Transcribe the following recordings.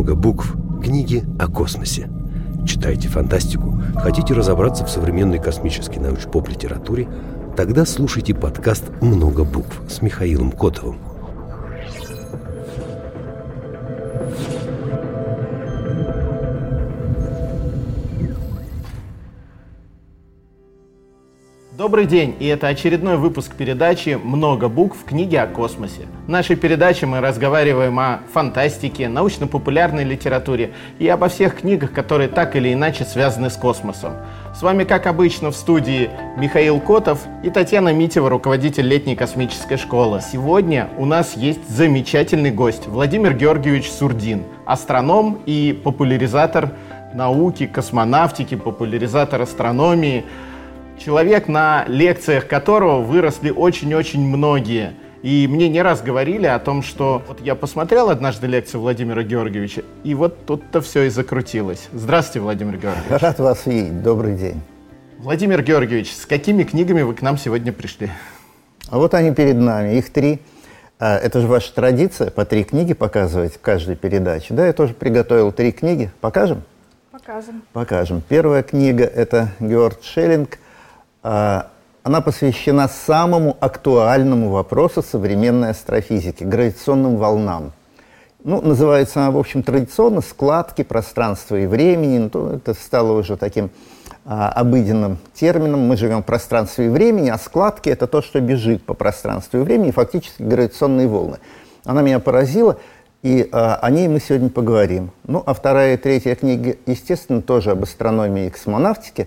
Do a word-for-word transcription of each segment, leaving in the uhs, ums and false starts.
много букв. Книги о космосе. Читайте фантастику? Хотите разобраться в современной космической научно-поп-литературе? Тогда слушайте подкаст «Много букв» с Михаилом Котовым. Добрый день, и это очередной выпуск передачи «Много букв. Книги о космосе». В нашей передаче мы разговариваем о фантастике, научно-популярной литературе и обо всех книгах, которые так или иначе связаны с космосом. С вами, как обычно, в студии Михаил Котов и Татьяна Митева, руководитель летней космической школы. Сегодня у нас есть замечательный гость Владимир Георгиевич Сурдин, астроном и популяризатор науки, космонавтики, популяризатор астрономии. Человек, на лекциях которого выросли очень-очень многие. И мне не раз говорили о том, что вот я посмотрел однажды лекцию Владимира Георгиевича, и вот тут-то все и закрутилось. Здравствуйте, Владимир Георгиевич. Рад вас видеть. Добрый день. Владимир Георгиевич, с какими книгами вы к нам сегодня пришли? А вот они перед нами. Их три. Это же ваша традиция, по три книги показывать в каждой передаче. Да, я тоже приготовил три книги. Покажем? Покажем. Покажем. Первая книга – это Георг Шеллинг. Она посвящена самому актуальному вопросу современной астрофизики – гравитационным волнам. Ну, называется она, в общем, традиционно «Складки пространства и времени». Ну, это стало уже таким а, обыденным термином. Мы живем в пространстве и времени, а складки – это то, что бежит по пространству и времени, фактически гравитационные волны. Она меня поразила, и а, о ней мы сегодня поговорим. Ну, а вторая и третья книги, естественно, тоже об астрономии и космонавтике.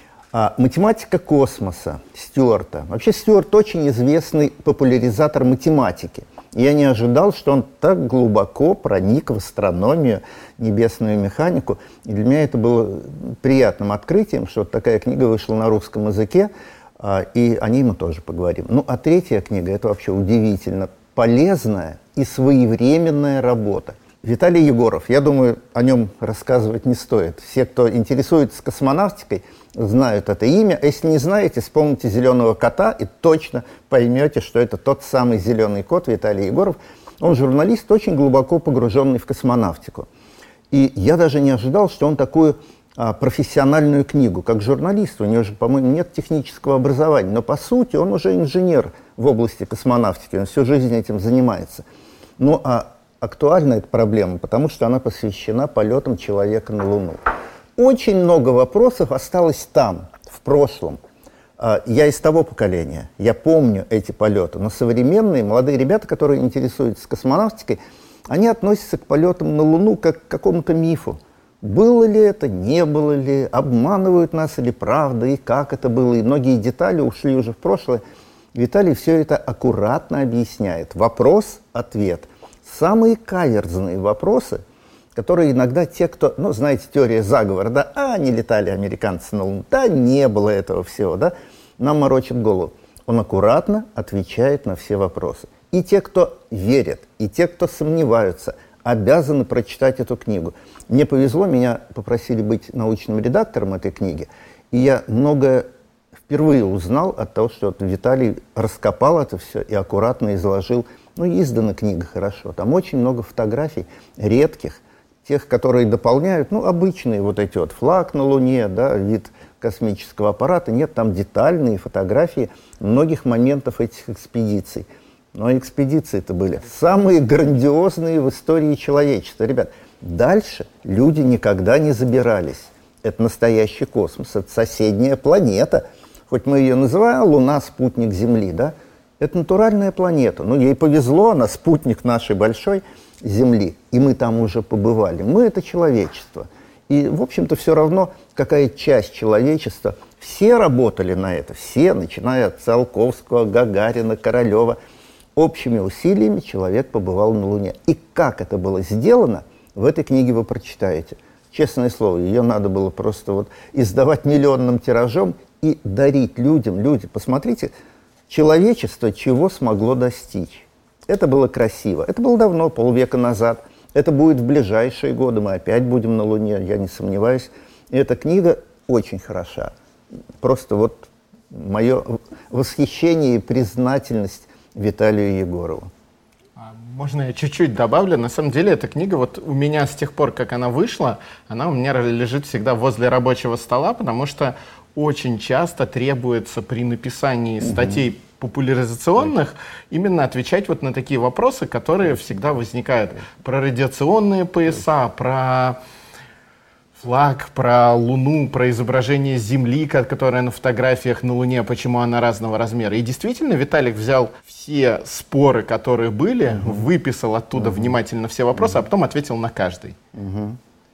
А, «Математика космоса» Стюарта. Вообще Стюарт очень известный популяризатор математики. Я не ожидал, что он так глубоко проник в астрономию, небесную механику. И для меня это было приятным открытием, что вот такая книга вышла на русском языке, а, и о ней мы тоже поговорим. Ну, а третья книга – это вообще удивительно полезная и своевременная работа. Виталий Егоров. Я думаю, о нем рассказывать не стоит. Все, кто интересуется космонавтикой, знают это имя. А если не знаете, вспомните «Зеленого кота» и точно поймете, что это тот самый «Зеленый кот» Виталий Егоров. Он журналист, очень глубоко погруженный в космонавтику. И я даже не ожидал, что он такую а, профессиональную книгу, как журналист. У него же, по-моему, нет технического образования. Но, по сути, он уже инженер в области космонавтики. Он всю жизнь этим занимается. Ну, а актуальна эта проблема, потому что она посвящена полетам человека на Луну. Очень много вопросов осталось там, в прошлом. Я из того поколения, я помню эти полеты, но современные молодые ребята, которые интересуются космонавтикой, они относятся к полетам на Луну как к какому-то мифу. Было ли это, не было ли, обманывают нас или правда, и как это было, и многие детали ушли уже в прошлое. Виталий все это аккуратно объясняет. Вопрос-ответ. Самые каверзные вопросы, которые иногда те, кто, ну, знаете, теория заговора, да, а, не летали американцы на Луну, да, не было этого всего, да, нам морочит голову. Он аккуратно отвечает на все вопросы. И те, кто верят, и те, кто сомневаются, обязаны прочитать эту книгу. Мне повезло, меня попросили быть научным редактором этой книги, и я многое впервые узнал от того, что вот Виталий раскопал это все и аккуратно изложил. Ну, издана книга хорошо. Там очень много фотографий редких, тех, которые дополняют, ну, обычные вот эти вот флаг на Луне, да, вид космического аппарата. Нет, там детальные фотографии многих моментов этих экспедиций. Но экспедиции-то были самые грандиозные в истории человечества. Ребят, дальше люди никогда не забирались. Это настоящий космос, это соседняя планета. Хоть мы ее называем Луна, спутник Земли, да? Это натуральная планета. Ну, ей повезло, она спутник нашей большой Земли. И мы там уже побывали. Мы — это человечество. И, в общем-то, все равно, какая часть человечества. Все работали на это. Все, начиная от Циолковского, Гагарина, Королева. Общими усилиями человек побывал на Луне. И как это было сделано, в этой книге вы прочитаете. Честное слово, ее надо было просто вот издавать миллионным тиражом и дарить людям. Люди, посмотрите, человечество чего смогло достичь. Это было красиво. Это было давно, полвека назад. Это будет в ближайшие годы. Мы опять будем на Луне, я не сомневаюсь. И эта книга очень хороша. Просто вот мое восхищение и признательность Виталию Егорову. Можно я чуть-чуть добавлю? На самом деле эта книга вот у меня с тех пор, как она вышла, она у меня лежит всегда возле рабочего стола, потому что очень часто требуется при написании статей угу. популяризационных именно отвечать вот на такие вопросы, которые всегда возникают. Про радиационные пояса, про флаг, про Луну, про изображение Земли, которое на фотографиях на Луне, почему она разного размера. И действительно, Виталик взял все споры, которые были, угу. выписал оттуда угу. внимательно все вопросы, угу. а потом ответил на каждый. Угу.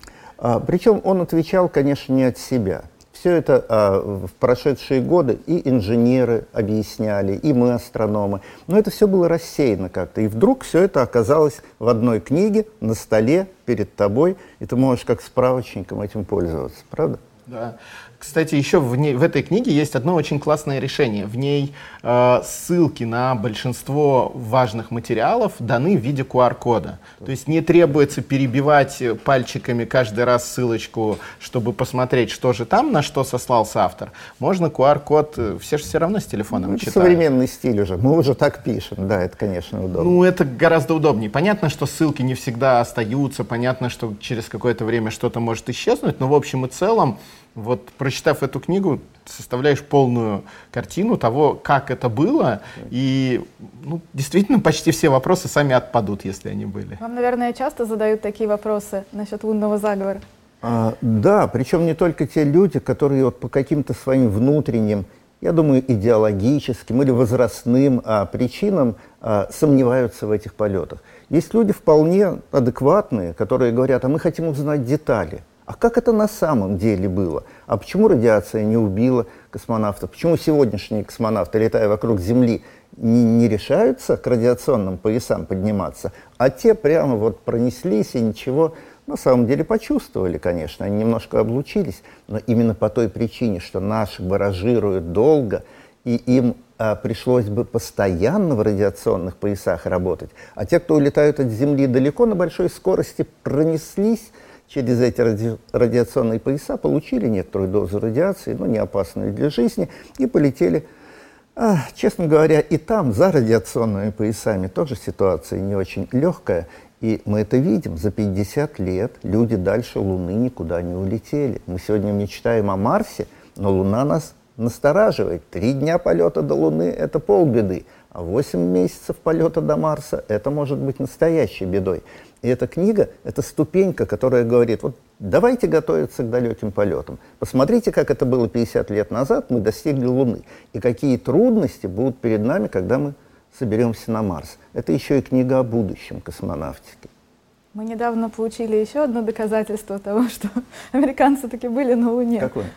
А, причем он отвечал, конечно, не от себя. Все это а, в прошедшие годы и инженеры объясняли, и мы, астрономы. Но это все было рассеяно как-то. И вдруг все это оказалось в одной книге, на столе, перед тобой. И ты можешь как справочником этим пользоваться. Правда? Да. Кстати, еще в, ней, в этой книге есть одно очень классное решение. В ней э, ссылки на большинство важных материалов даны в виде ку ар кода. То есть не требуется перебивать пальчиками каждый раз ссылочку, чтобы посмотреть, что же там, на что сослался автор. Можно ку ар код, все же все равно с телефоном ну, читают. Современный стиль уже, мы уже так пишем, да, это, конечно, удобно. Ну, это гораздо удобнее. Понятно, что ссылки не всегда остаются, понятно, что через какое-то время что-то может исчезнуть, но в общем и целом, вот, прочитав эту книгу, составляешь полную картину того, как это было, и ну, действительно почти все вопросы сами отпадут, если они были. Вам, наверное, часто задают такие вопросы насчет лунного заговора? А, да, причем не только те люди, которые вот по каким-то своим внутренним, я думаю, идеологическим или возрастным а, причинам а, сомневаются в этих полетах. Есть люди вполне адекватные, которые говорят, а мы хотим узнать детали. А как это на самом деле было? А почему радиация не убила космонавтов? Почему сегодняшние космонавты, летая вокруг Земли, не, не решаются к радиационным поясам подниматься, а те прямо вот пронеслись и ничего на самом деле почувствовали, конечно, они немножко облучились, но именно по той причине, что наши баражируют долго, и им а, пришлось бы постоянно в радиационных поясах работать, а те, кто улетают от Земли далеко на большой скорости, пронеслись через эти ради... радиационные пояса, получили некоторую дозу радиации, но не опасную для жизни, и полетели. А, честно говоря, и там, за радиационными поясами, тоже ситуация не очень легкая. И мы это видим. За пятьдесят лет люди дальше Луны никуда не улетели. Мы сегодня мечтаем о Марсе, но Луна нас настораживает. Три дня полета до Луны – это полбеды, а восемь месяцев полета до Марса – это может быть настоящей бедой. И эта книга – это ступенька, которая говорит, вот давайте готовиться к далеким полетам. Посмотрите, как это было пятьдесят лет назад, мы достигли Луны. И какие трудности будут перед нами, когда мы соберемся на Марс. Это еще и книга о будущем космонавтики. Мы недавно получили еще одно доказательство того, что американцы таки были на Луне. Какое?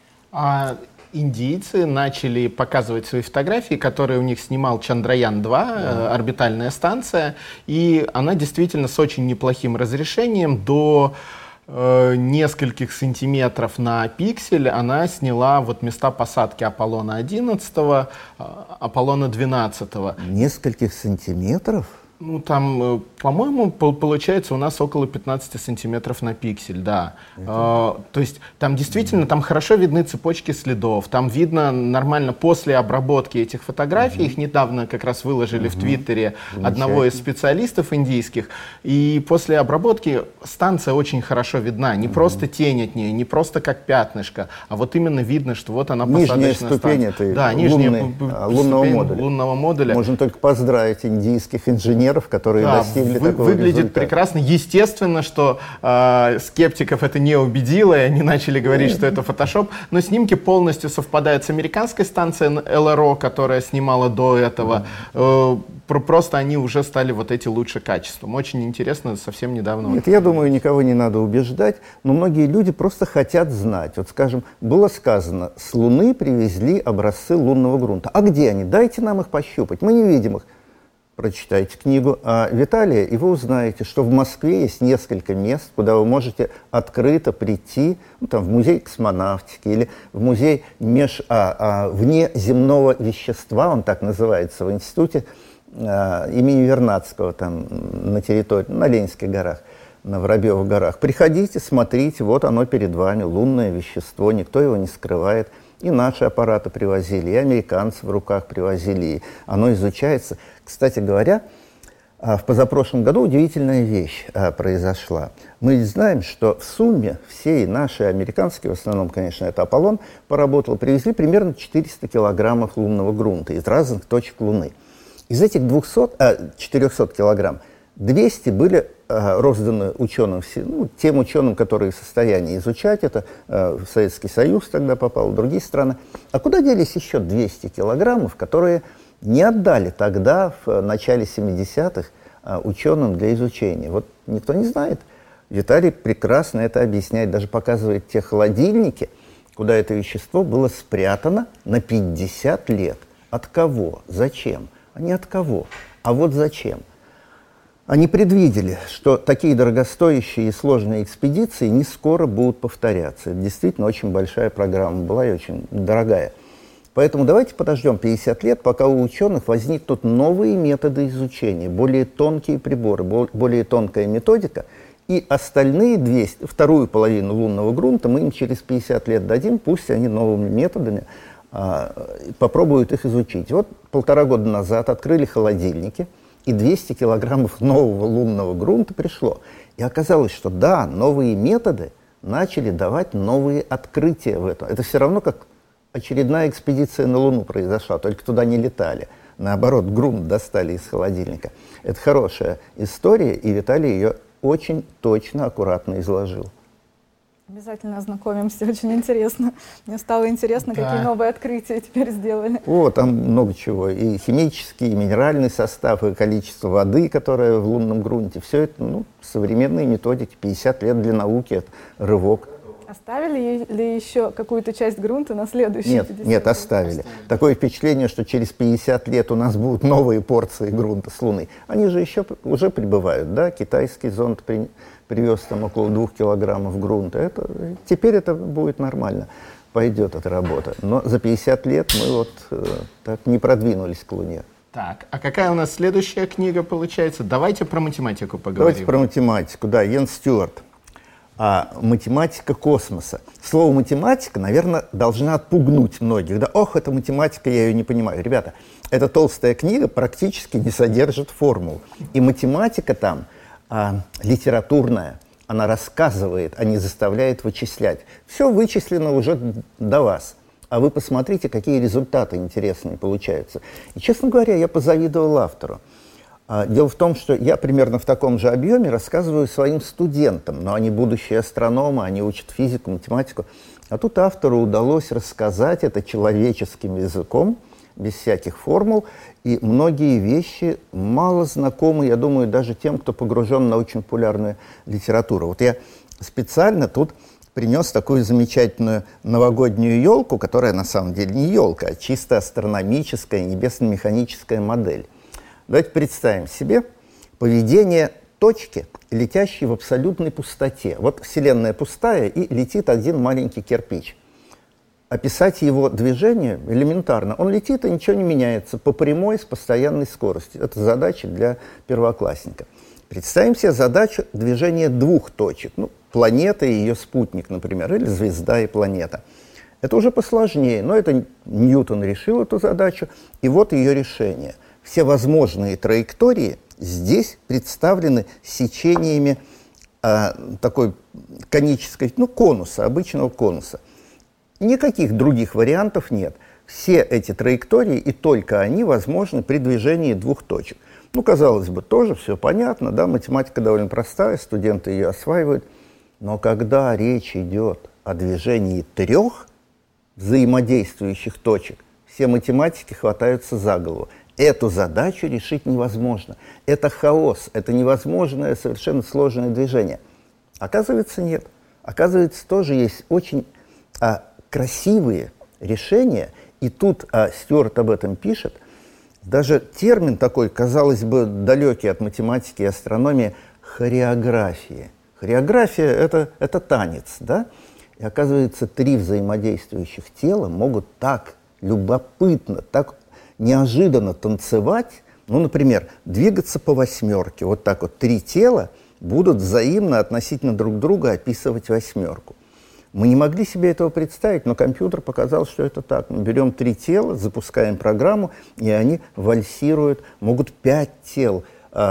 А, индийцы начали показывать свои фотографии, которые у них снимал Чандраян два, да. э, орбитальная станция, и она действительно с очень неплохим разрешением до э, нескольких сантиметров на пиксель она сняла вот места посадки Аполлона одиннадцатого, э, Аполлона двенадцатого. Нескольких сантиметров? Ну, там, по-моему, получается у нас около пятнадцати сантиметров на пиксель, да. А, то есть там действительно, там хорошо видны цепочки следов, там видно нормально после обработки этих фотографий, mm-hmm. их недавно как раз выложили mm-hmm. в Твиттере одного из специалистов индийских, и после обработки станция очень хорошо видна, не mm-hmm. просто тень от нее, не просто как пятнышко, а вот именно видно, что вот она посадочная нижняя ступень этой да, лунной, лунного, модуля. лунного модуля. Можно только поздравить индийских инженеров, которые да, достигли вы, такого выглядит результата. Прекрасно. Естественно, что э, скептиков это не убедило, и они начали говорить, что это фотошоп, но снимки полностью совпадают с американской станцией эл эр о, которая снимала до этого. Э, просто они уже стали вот эти лучше качеством. Очень интересно, совсем недавно. Нет, я думаю, никого не надо убеждать, но многие люди просто хотят знать. Вот, скажем, было сказано, с Луны привезли образцы лунного грунта. А где они? Дайте нам их пощупать. Мы не видим их. Прочитайте книгу а, Виталия, и вы узнаете, что в Москве есть несколько мест, куда вы можете открыто прийти, ну, там, в музей космонавтики или в музей меж, а, а, внеземного вещества, он так называется, в институте а, имени Вернадского, там, на территории, на Ленинских горах, на Воробьевых горах. Приходите, смотрите, вот оно перед вами, лунное вещество, никто его не скрывает. И наши аппараты привозили, и американцы в руках привозили, и оно изучается. Кстати говоря, В позапрошлом году удивительная вещь произошла. Мы знаем, что в сумме все наши американские, в основном, конечно, это Аполлон, поработал, привезли примерно четыреста килограммов лунного грунта из разных точек Луны. Из этих двухсот, а, четырехсот килограмм двести были а, розданы ученым, ну, тем ученым, которые в состоянии изучать это. А, в Советский Союз тогда попал, в другие страны. А куда делись еще двести килограммов, которые не отдали тогда, в начале семидесятых, ученым для изучения? Вот никто не знает. Виталий прекрасно это объясняет, даже показывает те холодильники, куда это вещество было спрятано на пятьдесят лет. От кого? Зачем? А не от кого. А вот зачем? Они предвидели, что такие дорогостоящие и сложные экспедиции не скоро будут повторяться. Это действительно очень большая программа была и очень дорогая. Поэтому давайте подождем пятьдесят лет, пока у ученых возникнут новые методы изучения, более тонкие приборы, более тонкая методика, и остальные двести, вторую половину лунного грунта мы им через пятьдесят лет дадим, пусть они новыми методами а, попробуют их изучить. Вот полтора года назад открыли холодильники, и двести килограммов нового лунного грунта пришло. И оказалось, что да, новые методы начали давать новые открытия в этом. Это все равно как очередная экспедиция на Луну произошла, только туда не летали. Наоборот, грунт достали из холодильника. Это хорошая история, и Виталий ее очень точно, аккуратно изложил. Обязательно ознакомимся, очень интересно. Мне стало интересно, да. Какие новые открытия теперь сделали. О, там много чего. И химический, и минеральный состав, и количество воды, которое в лунном грунте. Все это, ну, современные методики. пятьдесят лет для науки — это рывок. Оставили ли еще какую-то часть грунта на следующие нет, пятьдесят нет, лет? оставили. оставили. Такое впечатление, что через пятьдесят лет у нас будут новые порции грунта с Луны. Они же еще уже прибывают, да? Китайский зонд при, привез там около двух килограммов грунта. Это, теперь это будет нормально, пойдет эта работа. Но за пятьдесят лет мы вот э, так не продвинулись к Луне. Так, а какая у нас следующая книга получается? Давайте про математику поговорим. Давайте про математику, да, Йен Стюарт. А математика космоса. Слово математика, наверное, должна отпугнуть многих. Да, ох, это математика, я ее не понимаю. Ребята, эта толстая книга практически не содержит формул. И математика там а, литературная, она рассказывает, а не заставляет вычислять. Все вычислено уже до вас. А вы посмотрите, какие результаты интересные получаются. И, честно говоря, я позавидовал автору. Дело в том, что я примерно в таком же объеме рассказываю своим студентам, но они будущие астрономы, они учат физику, математику. А тут автору удалось рассказать это человеческим языком, без всяких формул, и многие вещи мало знакомы, я думаю, даже тем, кто погружен в научно-популярную литературу. Вот я специально тут принес такую замечательную новогоднюю елку, которая на самом деле не елка, а чисто астрономическая, небесно-механическая модель. Давайте представим себе поведение точки, летящей в абсолютной пустоте. Вот Вселенная пустая, и летит один маленький кирпич. Описать его движение элементарно. Он летит, и ничего не меняется, по прямой, с постоянной скоростью. Это задача для первоклассника. Представим себе задачу движения двух точек. Ну, планета и ее спутник, например, или звезда и планета. Это уже посложнее, но это Ньютон решил эту задачу, и вот ее решение. Все возможные траектории здесь представлены сечениями а, такой конической, ну, конуса, обычного конуса. Никаких других вариантов нет. Все эти траектории, и только они, возможны при движении двух точек. Ну, казалось бы, тоже все понятно, да, математика довольно простая, студенты ее осваивают. Но когда речь идет о движении трех взаимодействующих точек, все математики хватаются за голову. Эту задачу решить невозможно. Это хаос, это невозможное, совершенно сложное движение. Оказывается, нет. Оказывается, тоже есть очень а, красивые решения. И тут а, Стюарт об этом пишет. Даже термин такой, казалось бы, далекий от математики и астрономии, хореография. Хореография это, — это танец, да? И оказывается, три взаимодействующих тела могут так любопытно, так неожиданно танцевать, ну, например, двигаться по восьмерке. Вот так вот три тела будут взаимно относительно друг друга описывать восьмерку. Мы не могли себе этого представить, но компьютер показал, что это так. Мы берем три тела, запускаем программу, и они вальсируют, могут пять тел а,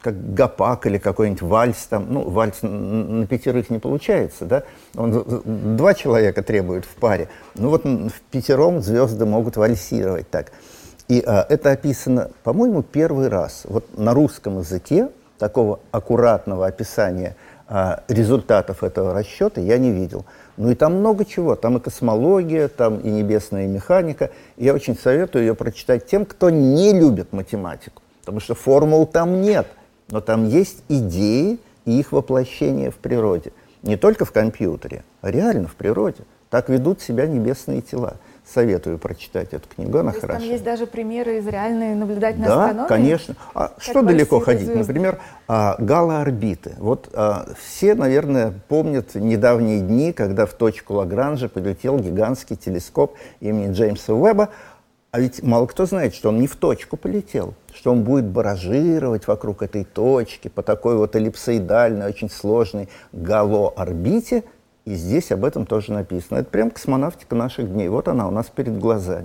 как гопак или какой-нибудь вальс. Там, ну, вальс на пятерых не получается, да? Он, два человека требует в паре. Ну вот в пятером звезды могут вальсировать так. И а, это описано, по-моему, первый раз. Вот на русском языке такого аккуратного описания а, результатов этого расчета я не видел. Ну и там много чего. Там и космология, там и небесная механика. И я очень советую ее прочитать тем, кто не любит математику. Потому что формул там нет. Но там есть идеи и их воплощение в природе. Не только в компьютере, а реально в природе. Так ведут себя небесные тела. Советую прочитать эту книгу, она хорошая. Там есть даже примеры из реальной наблюдательной да, астрономии? Да, конечно. А что далеко ходить? Звезды. Например, а, галоорбиты. Вот а, все, наверное, помнят недавние дни, когда в точку Лагранжа полетел гигантский телескоп имени Джеймса Уэбба. А ведь мало кто знает, что он не в точку полетел, что он будет баражировать вокруг этой точки по такой вот эллипсоидальной, очень сложной галоорбите. И здесь об этом тоже написано. Это прям космонавтика наших дней. Вот она у нас перед глазами.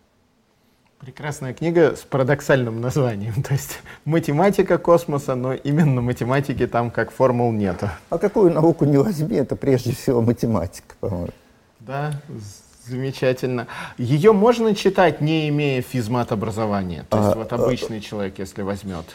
Прекрасная книга с парадоксальным названием. То есть математика космоса, но именно математики там как формул нету. А какую науку не возьми, это прежде всего математика, по-моему. Да, замечательно. Ее можно читать, не имея физмат-образования? То есть а, вот обычный а, человек, если возьмет.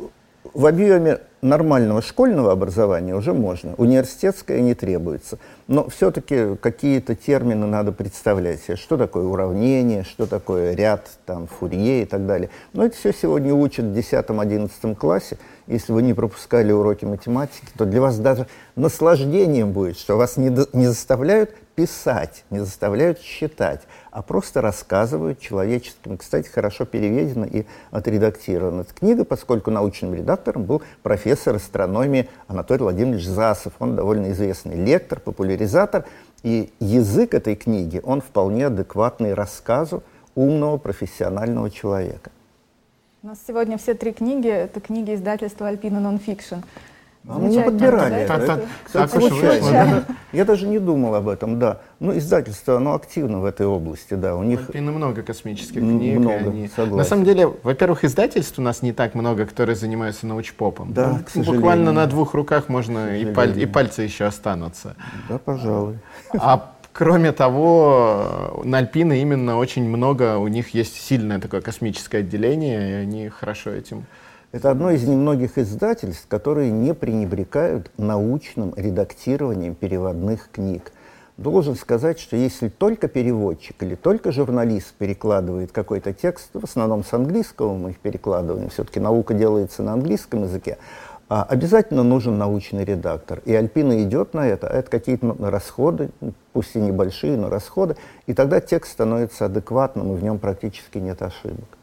В объеме нормального школьного образования уже можно, университетское не требуется. Но все-таки какие-то термины надо представлять себе. Что такое уравнение, что такое ряд, там, Фурье и так далее. Но это все сегодня учат в десятом-одиннадцатом классе. Если вы не пропускали уроки математики, то для вас даже наслаждением будет, что вас не, до, не заставляют писать, не заставляют считать, а просто рассказывают человеческим. Кстати, хорошо переведена и отредактирована эта книга, поскольку научным редактором был профессор астрономии Анатолий Владимирович Засов. Он довольно известный лектор, популяризатор. И язык этой книги, он вполне адекватный рассказу умного профессионального человека. У нас сегодня все три книги — это книги издательства «Альпина Нонфикшн». А мы не подбирали да? это. Так, это, так, это я, я даже не думал об этом, да. Ну, издательство, оно активно в этой области, да. У них Альпина много космических книг. Много, они... согласен. На самом деле, во-первых, издательств у нас не так много, которые занимаются научпопом. Да, ну, к сожалению. Буквально на двух руках можно и, паль... и пальцы еще останутся. Да, пожалуй. А кроме того, на Альпина именно очень много, у них есть сильное такое космическое отделение, и они хорошо этим... Это одно из немногих издательств, которые не пренебрегают научным редактированием переводных книг. Должен сказать, что если только переводчик или только журналист перекладывает какой-то текст, в основном с английского мы их перекладываем, все-таки наука делается на английском языке, обязательно нужен научный редактор. И Альпина идет на это, а это какие-то расходы, пусть и небольшие, но расходы, и тогда текст становится адекватным, и в нем практически нет ошибок.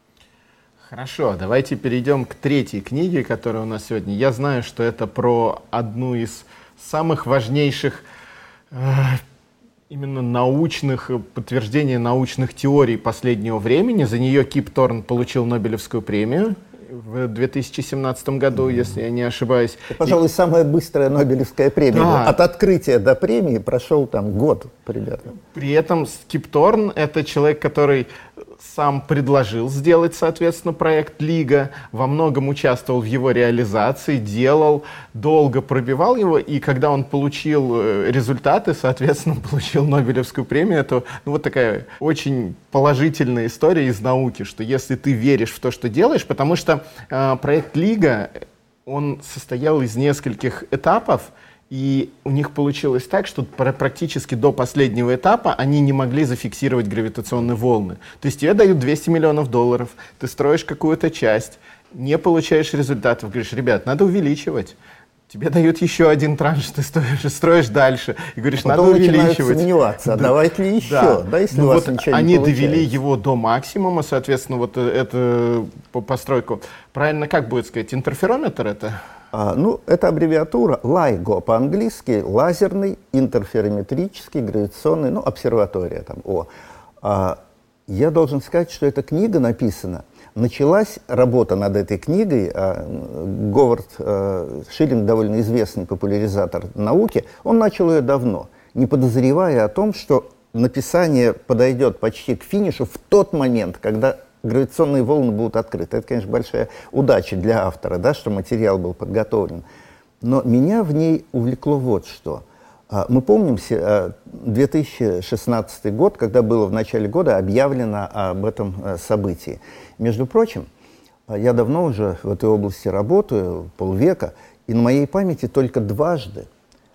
Хорошо, давайте перейдем к третьей книге, которая у нас сегодня. Я знаю, что это про одну из самых важнейших э, именно научных, подтверждений научных теорий последнего времени. За нее Кип Торн получил Нобелевскую премию в две тысячи семнадцатом году, mm-hmm. если я не ошибаюсь. Это, пожалуй, И... самая быстрая Нобелевская премия. Да. От открытия до премии прошел там год примерно. При этом Кип Торн — это человек, который сам предложил сделать, соответственно, проект «Лига», во многом участвовал в его реализации, делал, долго пробивал его, и когда он получил результаты, соответственно, получил Нобелевскую премию. Это ну, вот такая очень положительная история из науки, что если ты веришь в то, что делаешь, потому что э, проект «Лига», он состоял из нескольких этапов, и у них получилось так, что практически до последнего этапа они не могли зафиксировать гравитационные волны. То есть тебе дают двести миллионов долларов, ты строишь какую-то часть, не получаешь результатов, говоришь, ребят, надо увеличивать. Тебе дают еще один транш, ты строишь, строишь дальше, и говоришь, а надо увеличивать. Сомневаться, а да. давайте ли еще, да, да, если ну у вас вот ничего они не получается. Довели его до максимума, соответственно, вот эту постройку. Правильно, как будет сказать, интерферометр это? А, ну, это аббревиатура лайго по-английски, лазерный интерферометрический гравитационный, ну, обсерватория там, о. А, я должен сказать, что эта книга написана. Началась работа над этой книгой, а, Говард а, Шиллинг, довольно известный популяризатор науки, он начал ее давно, не подозревая о том, что написание подойдет почти к финишу в тот момент, когда гравитационные волны будут открыты. Это, конечно, большая удача для автора, да, что материал был подготовлен. Но меня в ней увлекло вот что. Мы помним две тысячи шестнадцатый год, когда было в начале года объявлено об этом событии. Между прочим, я давно уже в этой области работаю, полвека, и на моей памяти только дважды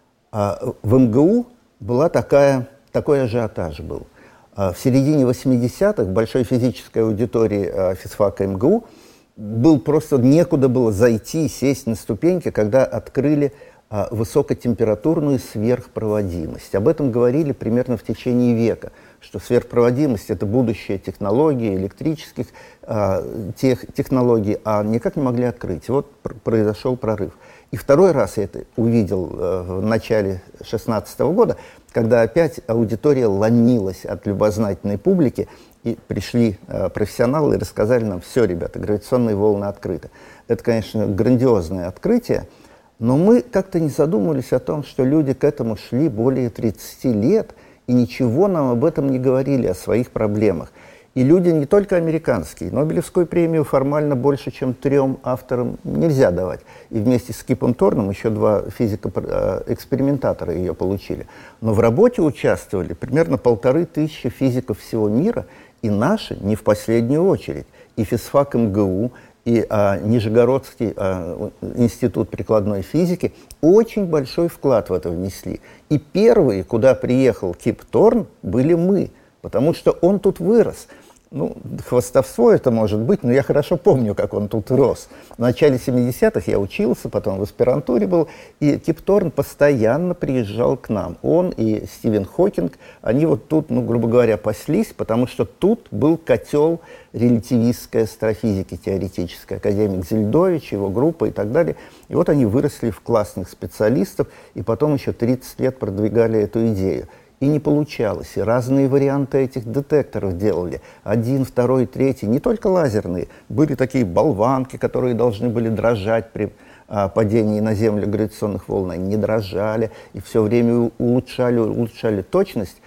в эм гэ у была такая, такой ажиотаж был. В середине восьмидесятых в большой физической аудитории физфака эм гэ у был просто некуда было зайти, сесть на ступеньки, когда открыли а, высокотемпературную сверхпроводимость. Об этом говорили примерно в течение века, что сверхпроводимость — это будущее технологий, электрических а, тех, технологий, а никак не могли открыть. Вот пр- произошел прорыв. И второй раз я это увидел э, в начале две тысячи шестнадцатого года, когда опять аудитория ломилась от любознательной публики, и пришли э, профессионалы и рассказали нам: все, ребята, гравитационные волны открыты. Это, конечно, грандиозное открытие, но мы как-то не задумывались о том, что люди к этому шли более тридцати лет, и ничего нам об этом не говорили, о своих проблемах. И люди не только американские. Нобелевскую премию формально больше, чем трем авторам нельзя давать. И вместе с Кипом Торном еще два физика-экспериментатора ее получили. Но в работе участвовали примерно полторы тысячи физиков всего мира, и наши не в последнюю очередь. И физфак эм гэ у, и а, Нижегородский а, институт прикладной физики очень большой вклад в это внесли. И первые, куда приехал Кип Торн, были мы, потому что он тут вырос. Ну, хвастовство это может быть, но я хорошо помню, как он тут рос. В начале семидесятых я учился, потом в аспирантуре был, и Кип Торн постоянно приезжал к нам. Он и Стивен Хокинг, они вот тут, ну, грубо говоря, паслись, потому что тут был котел релятивистской астрофизики теоретической, академик Зельдович, его группа и так далее. И вот они выросли в классных специалистов, и потом еще тридцать лет продвигали эту идею. И не получалось. И разные варианты этих детекторов делали. Один, второй, третий. Не только лазерные. Были такие болванки, которые должны были дрожать при а, падении на Землю гравитационных волн. Они не дрожали. И все время улучшали, улучшали точность.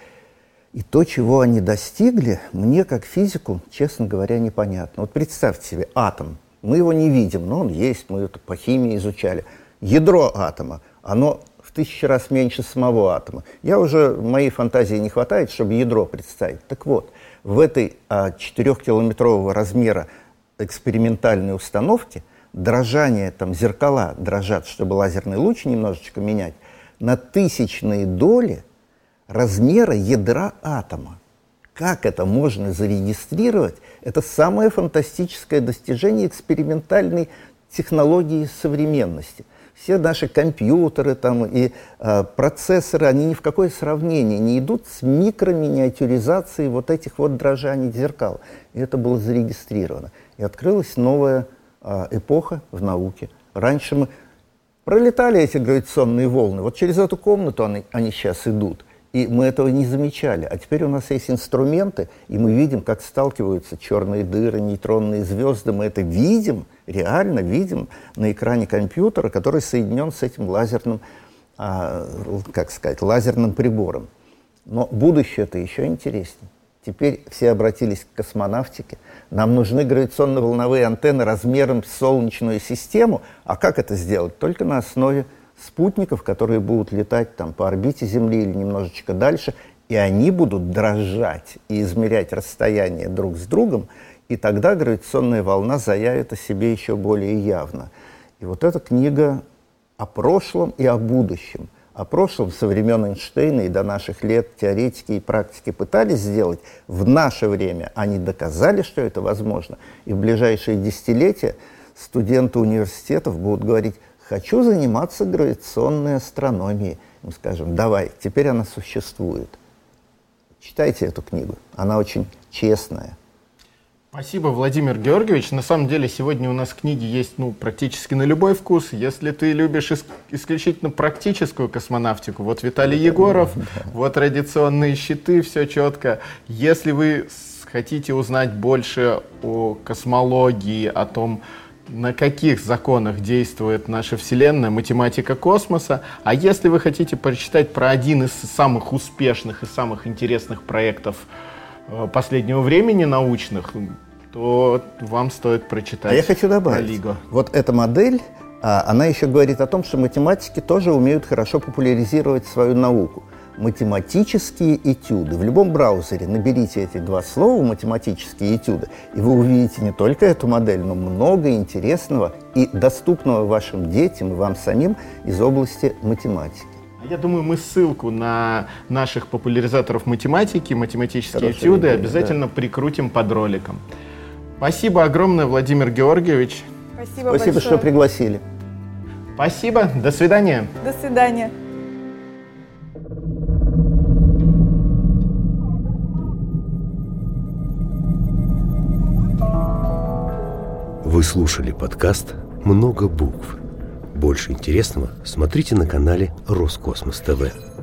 И то, чего они достигли, мне, как физику, честно говоря, непонятно. Вот представьте себе атом. Мы его не видим, но он есть. Мы это по химии изучали. Ядро атома. Оно в тысячу раз меньше самого атома. Я уже, моей фантазии не хватает, чтобы ядро представить. Так вот, в этой а, четырехкилометрового размера экспериментальной установке дрожание, там зеркала дрожат, чтобы лазерный луч немножечко менять, на тысячные доли размера ядра атома. Как это можно зарегистрировать? Это самое фантастическое достижение экспериментальной технологии современности. Все наши компьютеры там, и э, процессоры, они ни в какое сравнение не идут с микроминиатюризацией вот этих вот дрожаний зеркал. И это было зарегистрировано. И открылась новая э, эпоха в науке. Раньше мы пролетали эти гравитационные волны. Вот через эту комнату они, они сейчас идут. И мы этого не замечали. А теперь у нас есть инструменты, и мы видим, как сталкиваются черные дыры, нейтронные звезды. Мы это видим, реально видим на экране компьютера, который соединен с этим лазерным, а, как сказать, лазерным прибором. Но будущее-то еще интереснее. Теперь все обратились к космонавтике. Нам нужны гравитационно-волновые антенны размером с Солнечную систему. А как это сделать? Только на основе спутников, которые будут летать там по орбите Земли или немножечко дальше, и они будут дрожать и измерять расстояние друг с другом, и тогда гравитационная волна заявит о себе еще более явно. И вот эта книга о прошлом и о будущем. О прошлом со времен Эйнштейна и до наших лет теоретики и практики пытались сделать. В наше время они доказали, что это возможно. И в ближайшие десятилетия студенты университетов будут говорить: хочу заниматься гравитационной астрономией. Мы скажем: давай, теперь она существует. Читайте эту книгу, она очень честная. Спасибо, Владимир Георгиевич. На самом деле сегодня у нас книги есть ну, практически на любой вкус. Если ты любишь ис- исключительно практическую космонавтику, вот Виталий Егоров, вот радиационные щиты, все четко. Если вы хотите узнать больше о космологии, о том, на каких законах действует наша Вселенная, математика космоса. А если вы хотите прочитать про один из самых успешных и самых интересных проектов последнего времени научных, то вам стоит прочитать. А я хочу добавить, LIGO. Вот эта модель, она еще говорит о том, что математики тоже умеют хорошо популяризировать свою науку. Математические этюды. В любом браузере наберите эти два слова «математические этюды», и вы увидите не только эту модель, но много интересного и доступного вашим детям и вам самим из области математики. Я думаю, мы ссылку на наших популяризаторов математики, математические Хорошая этюды идея, обязательно да. прикрутим под роликом. Спасибо огромное, Владимир Георгиевич. Спасибо, Спасибо, большое. что пригласили. Спасибо, до свидания. До свидания. Вы слушали подкаст «Много букв». Больше интересного смотрите на канале Роскосмос ТВ.